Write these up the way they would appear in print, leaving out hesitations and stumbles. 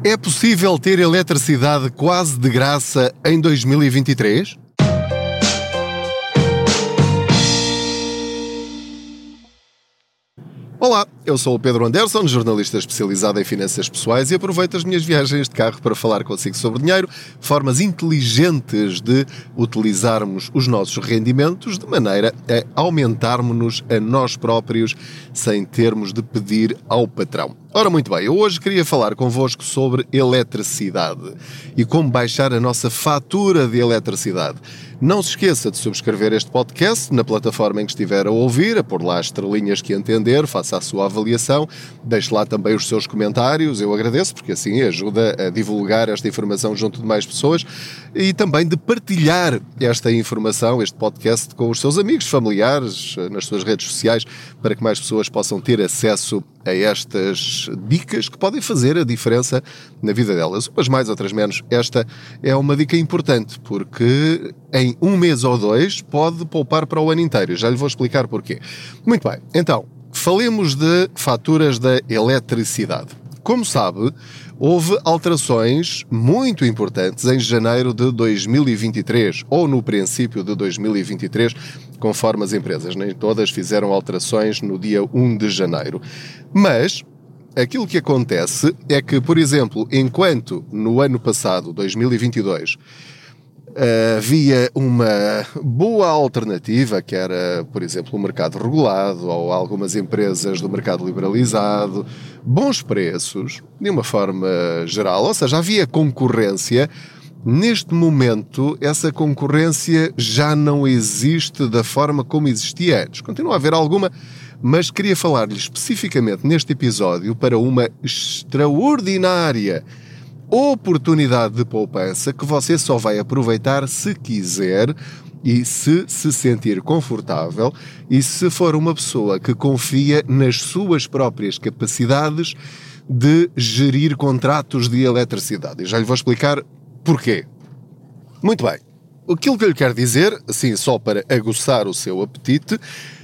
É possível ter eletricidade quase de graça em 2023? Olá, eu sou o Pedro Anderson, jornalista especializado em finanças pessoais e aproveito as minhas viagens de carro para falar consigo sobre dinheiro, formas inteligentes de utilizarmos os nossos rendimentos de maneira a aumentarmos-nos a nós próprios sem termos de pedir ao patrão. Ora, muito bem, eu hoje queria falar convosco sobre eletricidade e como baixar a nossa fatura de eletricidade. Não se esqueça de subscrever este podcast na plataforma em que estiver a ouvir, a pôr lá as estrelinhas que entender, faça a sua avaliação, deixe lá também os seus comentários, eu agradeço, porque assim ajuda a divulgar esta informação junto de mais pessoas e também de partilhar esta informação, este podcast, com os seus amigos, familiares, nas suas redes sociais, para que mais pessoas possam ter acesso a estas dicas que podem fazer a diferença na vida delas. Umas mais, outras menos. Esta é uma dica importante, porque em um mês ou dois pode poupar para o ano inteiro. Já lhe vou explicar porquê. Muito bem, então, falemos de faturas da eletricidade. Como sabe, houve alterações muito importantes em janeiro de 2023, ou no princípio de 2023, conforme as empresas. Nem todas fizeram alterações no dia 1 de janeiro. Mas aquilo que acontece é que, por exemplo, enquanto no ano passado, 2022, havia uma boa alternativa, que era, por exemplo, o mercado regulado ou algumas empresas do mercado liberalizado, bons preços, de uma forma geral, ou seja, havia concorrência. Neste momento, essa concorrência já não existe da forma como existia antes. Continua a haver alguma, mas queria falar-lhe especificamente neste episódio para uma extraordinária oportunidade de poupança que você só vai aproveitar se quiser e se sentir confortável e se for uma pessoa que confia nas suas próprias capacidades de gerir contratos de eletricidade. E já lhe vou explicar porquê. Muito bem. Aquilo que eu lhe quero dizer, assim, só para aguçar o seu apetite,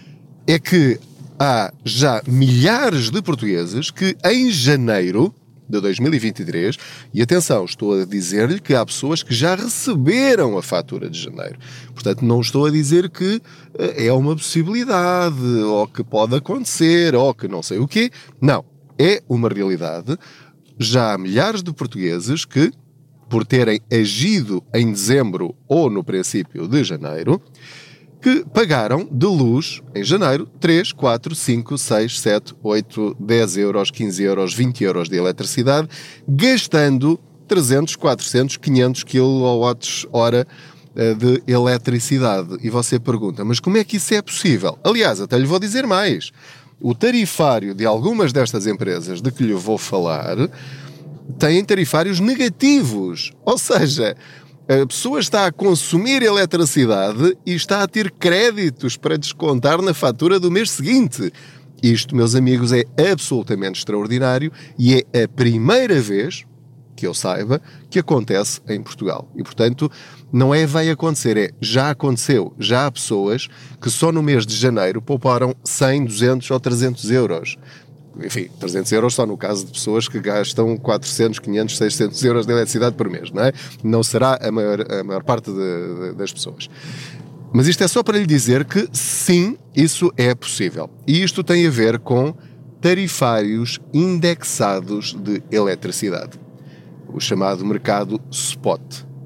é que há já milhares de portugueses que em janeiro de 2023, e atenção, estou a dizer-lhe que há pessoas que já receberam a fatura de janeiro. Portanto, não estou a dizer que é uma possibilidade, ou que pode acontecer, ou que não sei o quê. Não, é uma realidade. Já há milhares de portugueses que, por terem agido em dezembro ou no princípio de janeiro, que pagaram de luz em janeiro 3, 4, 5, 6, 7, 8, 10 euros, 15 euros, 20 euros de eletricidade, gastando 300, 400, 500 kWh de eletricidade. E você pergunta, mas como é que isso é possível? Aliás, até lhe vou dizer mais. O tarifário de algumas destas empresas de que lhe vou falar têm tarifários negativos. Ou seja, a pessoa está a consumir eletricidade e está a ter créditos para descontar na fatura do mês seguinte. Isto, meus amigos, é absolutamente extraordinário e é a primeira vez que eu saiba que acontece em Portugal. E, portanto, não é vai acontecer, é já aconteceu. Já há pessoas que só no mês de janeiro pouparam 100, 200 ou 300 euros. Enfim, 300 euros só no caso de pessoas que gastam 400, 500, 600 euros de eletricidade por mês, não é? Não será a maior parte das pessoas. Mas isto é só para lhe dizer que sim, isso é possível. E isto tem a ver com tarifários indexados de eletricidade. O chamado mercado spot.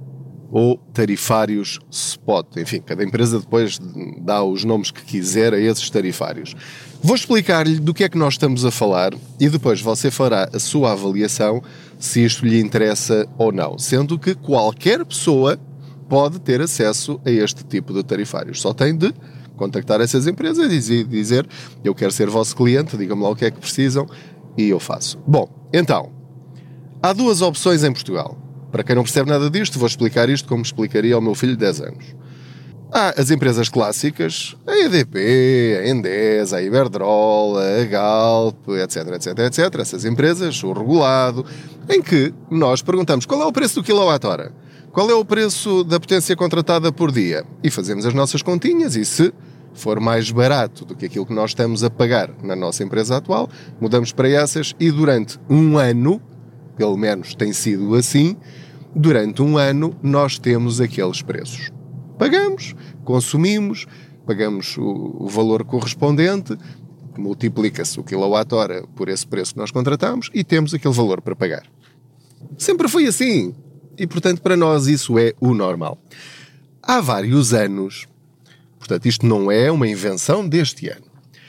Ou tarifários spot. Enfim, cada empresa depois dá os nomes que quiser a esses tarifários. Vou explicar-lhe do que é que nós estamos a falar e depois você fará a sua avaliação se isto lhe interessa ou não. Sendo que qualquer pessoa pode ter acesso a este tipo de tarifários. Só tem de contactar essas empresas e dizer eu quero ser vosso cliente, digam-me lá o que é que precisam e eu faço. Bom, então, há duas opções em Portugal. Para quem não percebe nada disto, vou explicar isto como explicaria ao meu filho de 10 anos. Há as empresas clássicas, a EDP, a Endesa, a Iberdrola, a Galp, etc, etc, etc. Essas empresas, o regulado, em que nós perguntamos qual é o preço do quilowatt-hora, qual é o preço da potência contratada por dia e fazemos as nossas continhas e se for mais barato do que aquilo que nós estamos a pagar na nossa empresa atual, mudamos para essas e durante um ano pelo menos tem sido assim, durante um ano nós temos aqueles preços. Pagamos, consumimos, pagamos o valor correspondente, multiplica-se o quilowatt-hora por esse preço que nós contratamos e temos aquele valor para pagar. Sempre foi assim. E, portanto, para nós isso é o normal. Há vários anos, portanto, isto não é uma invenção deste ano.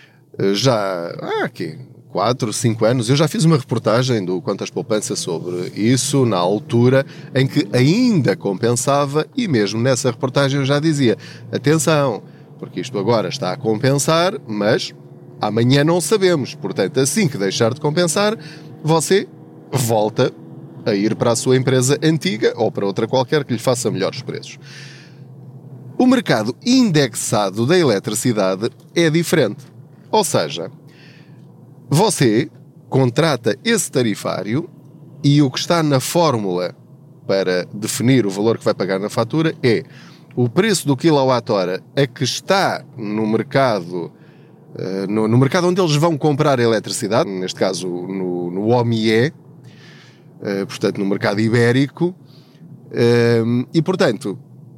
Já há 4, 5 anos, eu já fiz uma reportagem do Contas Poupança sobre isso, na altura em que ainda compensava, e mesmo nessa reportagem eu já dizia, atenção, porque isto agora está a compensar, mas amanhã não sabemos. Portanto, assim que deixar de compensar, você volta a ir para a sua empresa antiga ou para outra qualquer que lhe faça melhores preços. O mercado indexado da eletricidade é diferente. Ou seja, você contrata esse tarifário e o que está na fórmula para definir o valor que vai pagar na fatura é o preço do quilowatt-hora a que está no mercado, no mercado onde eles vão comprar a eletricidade, neste caso no OMIE, portanto no mercado ibérico, e portanto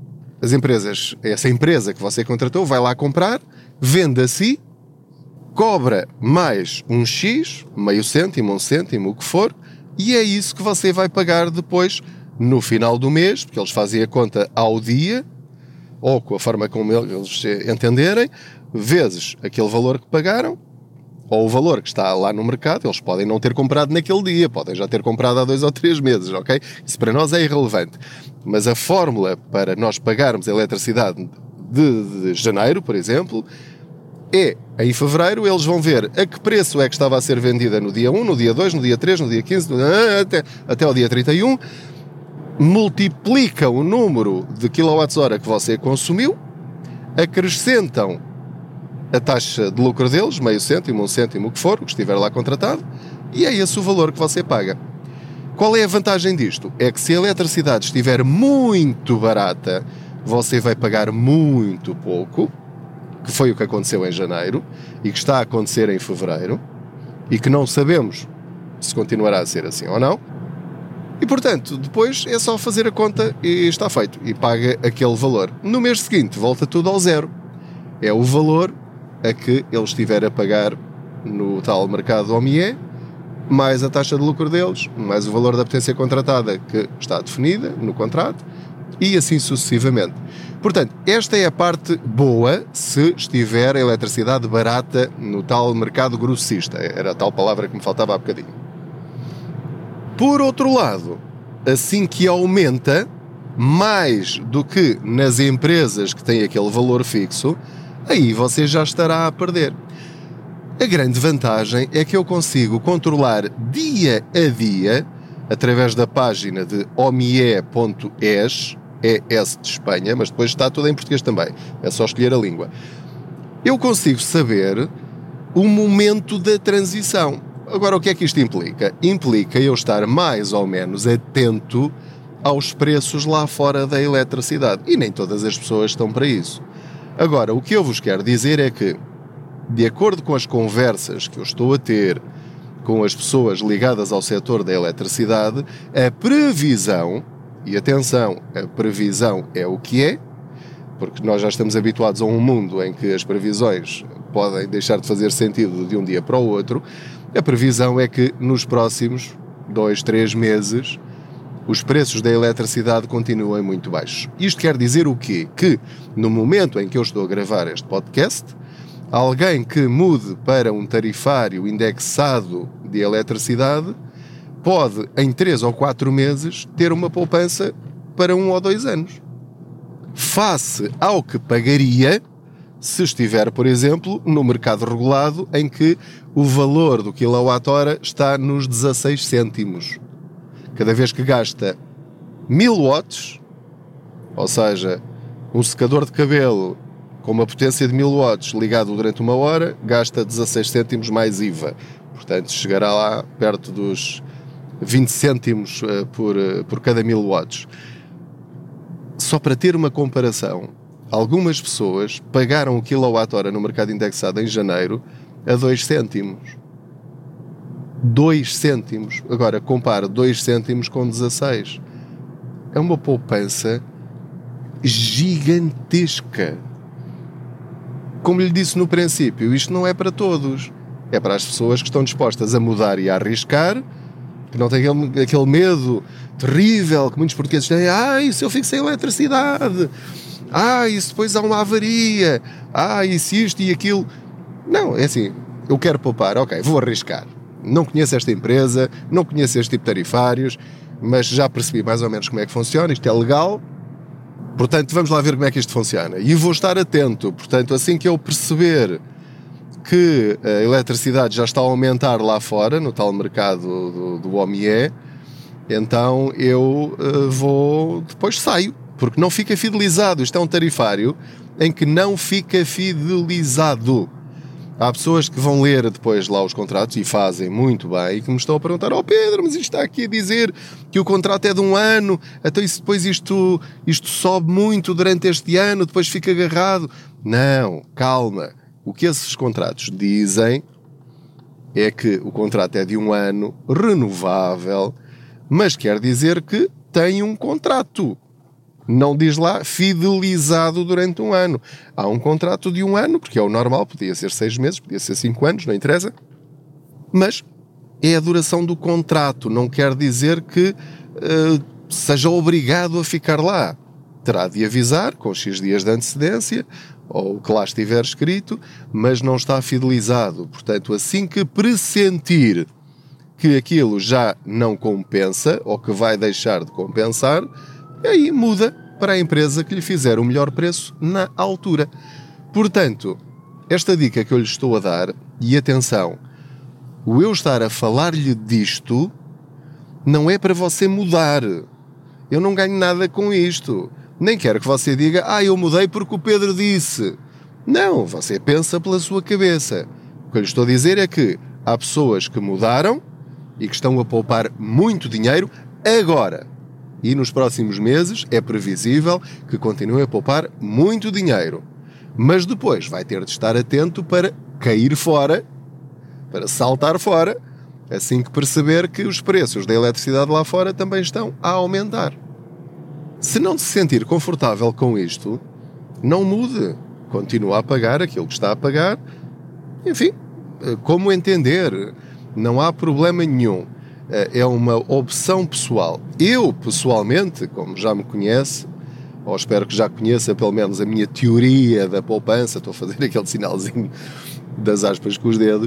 essa empresa que você contratou vai lá comprar, vende a si, cobra mais um X, meio cêntimo, 1 cêntimo, o que for, e é isso que você vai pagar depois no final do mês, porque eles fazem a conta ao dia, ou com a forma como eles entenderem, vezes aquele valor que pagaram, ou o valor que está lá no mercado. Eles podem não ter comprado naquele dia, podem já ter comprado há 2 ou 3 meses, ok? Isso para nós é irrelevante. Mas a fórmula para nós pagarmos a eletricidade de janeiro, por exemplo, é, em fevereiro, eles vão ver a que preço é que estava a ser vendida no dia 1, no dia 2, no dia 3, no dia 15, até ao dia 31, multiplicam o número de quilowatts-hora que você consumiu, acrescentam a taxa de lucro deles, meio cêntimo, 1 cêntimo, o que for, o que estiver lá contratado, e é esse o valor que você paga. Qual é a vantagem disto? É que se a eletricidade estiver muito barata, você vai pagar muito pouco, que foi o que aconteceu em janeiro, e que está a acontecer em fevereiro, e que não sabemos se continuará a ser assim ou não. E, portanto, depois é só fazer a conta e está feito, e paga aquele valor. No mês seguinte, volta tudo ao zero. É o valor a que ele estiver a pagar no tal mercado OMIE, mais a taxa de lucro deles, mais o valor da potência contratada que está definida no contrato, e assim sucessivamente. Portanto, esta é a parte boa se estiver a eletricidade barata no tal mercado grossista. Era a tal palavra que me faltava há bocadinho. Por outro lado, assim que aumenta, mais do que nas empresas que têm aquele valor fixo, aí você já estará a perder. A grande vantagem é que eu consigo controlar dia a dia, através da página de omie.es, ES de Espanha, mas depois está tudo em português também, é só escolher a língua. Eu consigo saber o momento da transição. Agora, o que é que isto implica? Implica eu estar mais ou menos atento aos preços lá fora da eletricidade. E nem todas as pessoas estão para isso. Agora, o que eu vos quero dizer é que, de acordo com as conversas que eu estou a ter com as pessoas ligadas ao setor da eletricidade, a previsão, e atenção, a previsão é o que é, porque nós já estamos habituados a um mundo em que as previsões podem deixar de fazer sentido de um dia para o outro, a previsão é que nos próximos 2, 3 meses os preços da eletricidade continuem muito baixos. Isto quer dizer o quê? Que no momento em que eu estou a gravar este podcast, alguém que mude para um tarifário indexado de eletricidade pode, em 3 ou 4 meses, ter uma poupança para 1 ou 2 anos. Face ao que pagaria se estiver, por exemplo, no mercado regulado, em que o valor do quilowatt-hora está nos 16 cêntimos. Cada vez que gasta 1000 watts, ou seja, um secador de cabelo com uma potência de 1000 watts ligado durante 1 hora, gasta 16 cêntimos mais IVA. Portanto, chegará lá perto dos 20 cêntimos por cada 1000 watts. Só para ter uma comparação, algumas pessoas pagaram o quilowatt-hora no mercado indexado em janeiro a 2 cêntimos. 2 cêntimos. Agora, compara 2 cêntimos com 16. É uma poupança gigantesca. Como lhe disse no princípio, isto não é para todos. É para as pessoas que estão dispostas a mudar e a arriscar, que não têm aquele medo terrível que muitos portugueses têm. E se eu fico sem eletricidade? E se depois há uma avaria? E se isto e aquilo? Não, é assim, eu quero poupar, ok, vou arriscar. Não conheço esta empresa, não conheço este tipo de tarifários, mas já percebi mais ou menos como é que funciona, isto é legal, portanto vamos lá ver como é que isto funciona. E vou estar atento, portanto assim que eu perceber que a eletricidade já está a aumentar lá fora, no tal mercado do OMIE, então eu depois saio, porque não fica fidelizado. Isto é um tarifário em que não fica fidelizado. Há pessoas que vão ler depois lá os contratos e fazem muito bem e que me estão a perguntar: Pedro, mas isto está aqui a dizer que o contrato é de 1 ano, então isso depois isto sobe muito durante este ano, depois fica agarrado. Não, calma. O que esses contratos dizem é que o contrato é de 1 ano, renovável, mas quer dizer que tem um contrato. Não diz lá fidelizado durante 1 ano. Há um contrato de 1 ano, porque é o normal, podia ser 6 meses, podia ser 5 anos, não interessa. Mas é a duração do contrato, não quer dizer que seja obrigado a ficar lá. Terá de avisar com X dias de antecedência, ou o que lá estiver escrito, mas não está fidelizado. Portanto, assim que pressentir que aquilo já não compensa, ou que vai deixar de compensar, aí muda para a empresa que lhe fizer o melhor preço na altura. Portanto, esta dica que eu lhe estou a dar, e atenção, o eu estar a falar-lhe disto não é para você mudar. Eu não ganho nada com isto. Nem quero que você diga: eu mudei porque o Pedro disse. Não, você pensa pela sua cabeça. O que eu lhe estou a dizer é que há pessoas que mudaram e que estão a poupar muito dinheiro agora. E nos próximos meses é previsível que continue a poupar muito dinheiro. Mas depois vai ter de estar atento para cair fora, para saltar fora, assim que perceber que os preços da eletricidade lá fora também estão a aumentar. Se não se sentir confortável com isto, não mude. Continua a pagar aquilo que está a pagar. Enfim, como entender? Não há problema nenhum. É uma opção pessoal. Eu, pessoalmente, como já me conhece, ou espero que já conheça pelo menos a minha teoria da poupança, estou a fazer aquele sinalzinho das aspas com os dedos,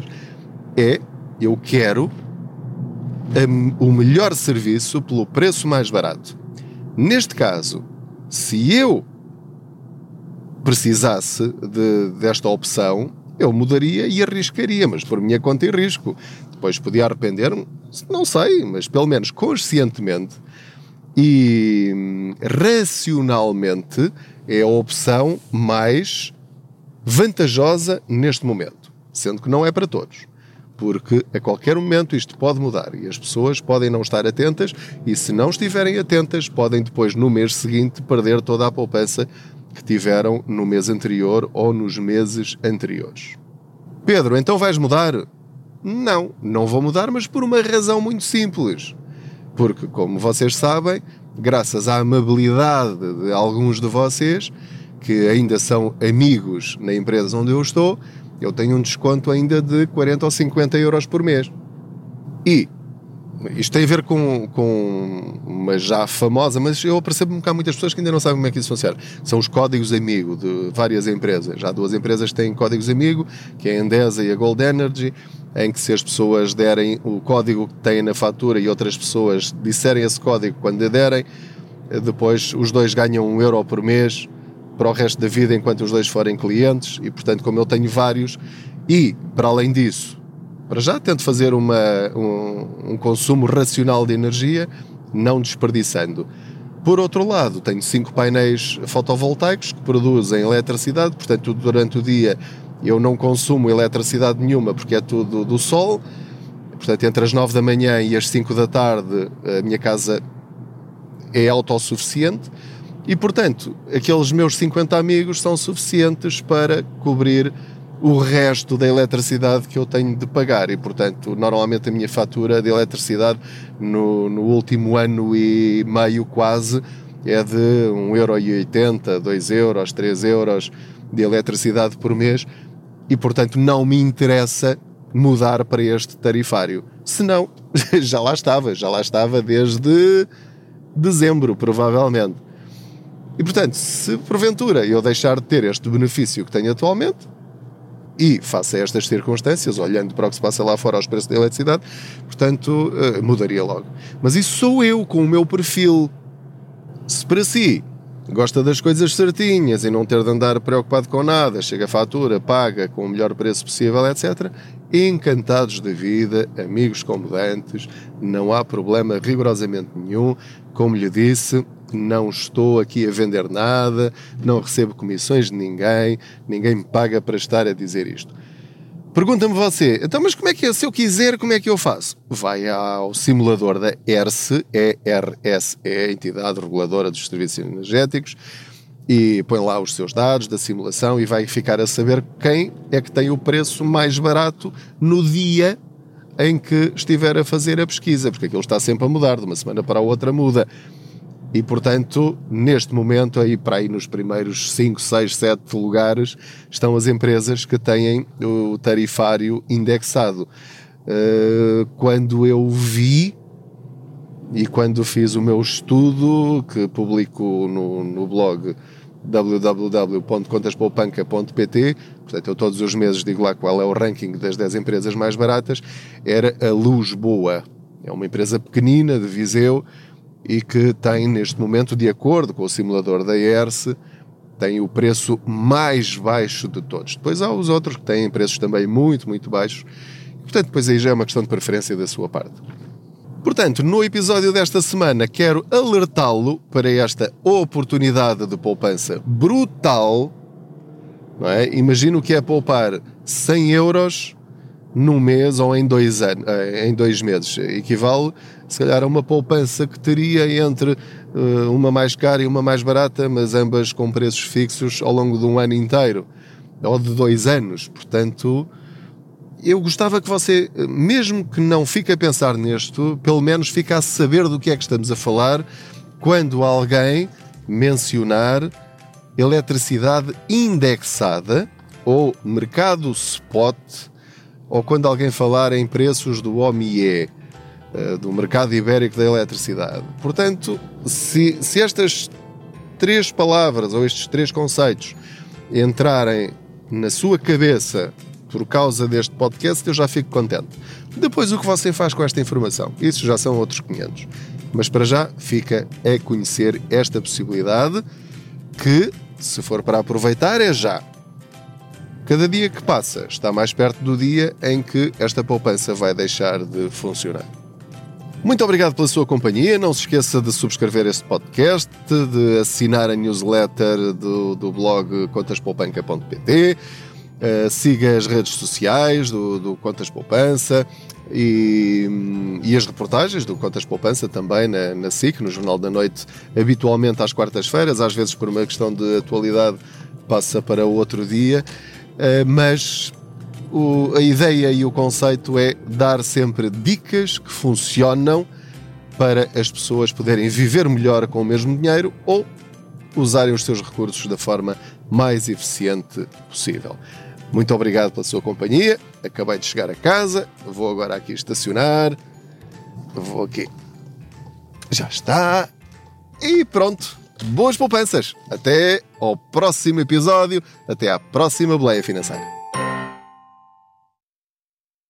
eu quero o melhor serviço pelo preço mais barato. Neste caso, se eu precisasse desta opção, eu mudaria e arriscaria, mas por minha conta e risco. Depois podia arrepender-me, não sei, mas pelo menos conscientemente e racionalmente é a opção mais vantajosa neste momento, sendo que não é para todos. Porque a qualquer momento isto pode mudar e as pessoas podem não estar atentas e se não estiverem atentas podem depois no mês seguinte perder toda a poupança que tiveram no mês anterior ou nos meses anteriores. Pedro, então vais mudar? Não vou mudar, mas por uma razão muito simples. Porque, como vocês sabem, graças à amabilidade de alguns de vocês, que ainda são amigos na empresa onde eu estou, eu tenho um desconto ainda de 40 ou 50 euros por mês. E isto tem a ver com uma já famosa, mas eu percebo-me que há muitas pessoas que ainda não sabem como é que isso funciona. São os códigos amigo de várias empresas. Já 2 empresas têm códigos amigo, que é a Endesa e a Gold Energy, em que se as pessoas derem o código que têm na fatura e outras pessoas disserem esse código quando lhe derem, depois os 2 ganham 1 euro por mês para o resto da vida enquanto os 2 forem clientes e, portanto, como eu tenho vários e, para além disso, para já tento fazer um consumo racional de energia, não desperdiçando. Por outro lado, tenho 5 painéis fotovoltaicos que produzem eletricidade, portanto, durante o dia eu não consumo eletricidade nenhuma porque é tudo do sol. Portanto, entre as 9 da manhã e as 5 da tarde a minha casa é autossuficiente e, portanto, aqueles meus 50 amigos são suficientes para cobrir o resto da eletricidade que eu tenho de pagar. E, portanto, normalmente a minha fatura de eletricidade no último ano e meio quase é de 1,80€, 2€, 3€ de eletricidade por mês e, portanto, não me interessa mudar para este tarifário. Senão, já lá estava desde dezembro, provavelmente. E, portanto, se porventura eu deixar de ter este benefício que tenho atualmente, e face a estas circunstâncias, olhando para o que se passa lá fora aos preços da eletricidade, portanto, mudaria logo. Mas isso sou eu, com o meu perfil. Se para si gosta das coisas certinhas e não ter de andar preocupado com nada, chega a fatura, paga com o melhor preço possível, etc., encantados da vida, amigos como dantes, não há problema rigorosamente nenhum. Como lhe disse, não estou aqui a vender nada, não recebo comissões de ninguém me paga para estar a dizer isto. Pergunta-me você, então, mas como é que é? Se eu quiser, como é que eu faço? Vai ao simulador da ERSE, ERSE, Entidade Reguladora dos Serviços Energéticos, e põe lá os seus dados da simulação e vai ficar a saber quem é que tem o preço mais barato no dia em que estiver a fazer a pesquisa, porque aquilo está sempre a mudar, de uma semana para a outra muda. E, portanto, neste momento, aí para aí nos primeiros 5, 6, 7 lugares, estão as empresas que têm o tarifário indexado. Quando eu vi e quando fiz o meu estudo, que publico no blog www.contaspoupanca.pt, portanto, eu todos os meses digo lá qual é o ranking das 10 empresas mais baratas, era a Luz Boa. É uma empresa pequenina de Viseu, e que tem, neste momento, de acordo com o simulador da ERSE, tem o preço mais baixo de todos. Depois há os outros que têm preços também muito, muito baixos. Portanto, depois aí já é uma questão de preferência da sua parte. Portanto, no episódio desta semana, quero alertá-lo para esta oportunidade de poupança brutal. Não é? Imagina o que é poupar 100€ num mês ou em 2 meses. Equivale, se calhar, a uma poupança que teria entre uma mais cara e uma mais barata, mas ambas com preços fixos ao longo de um ano inteiro, ou de 2 anos. Portanto, eu gostava que você, mesmo que não fique a pensar nisto, pelo menos fique a saber do que é que estamos a falar quando alguém mencionar eletricidade indexada ou mercado spot, ou quando alguém falar em preços do OMIE, do mercado ibérico da eletricidade. Portanto, se estas 3 palavras ou estes 3 conceitos entrarem na sua cabeça por causa deste podcast, eu já fico contente. Depois, o que você faz com esta informação? Isso já são outros 500. Mas para já fica a conhecer esta possibilidade que, se for para aproveitar, é já. Cada dia que passa está mais perto do dia em que esta poupança vai deixar de funcionar. Muito obrigado pela sua companhia. Não se esqueça de subscrever este podcast, de assinar a newsletter do blog contaspoupanca.pt, siga as redes sociais do Contas Poupança e as reportagens do Contas Poupança também na SIC, no Jornal da Noite, habitualmente às quartas-feiras, às vezes por uma questão de atualidade passa para outro dia. Mas a ideia e o conceito é dar sempre dicas que funcionam para as pessoas poderem viver melhor com o mesmo dinheiro ou usarem os seus recursos da forma mais eficiente possível. Muito obrigado pela sua companhia. Acabei de chegar a casa, vou agora aqui estacionar, vou aqui, já está, e pronto. Boas poupanças! Até ao próximo episódio, até à próxima Boleia Financeira.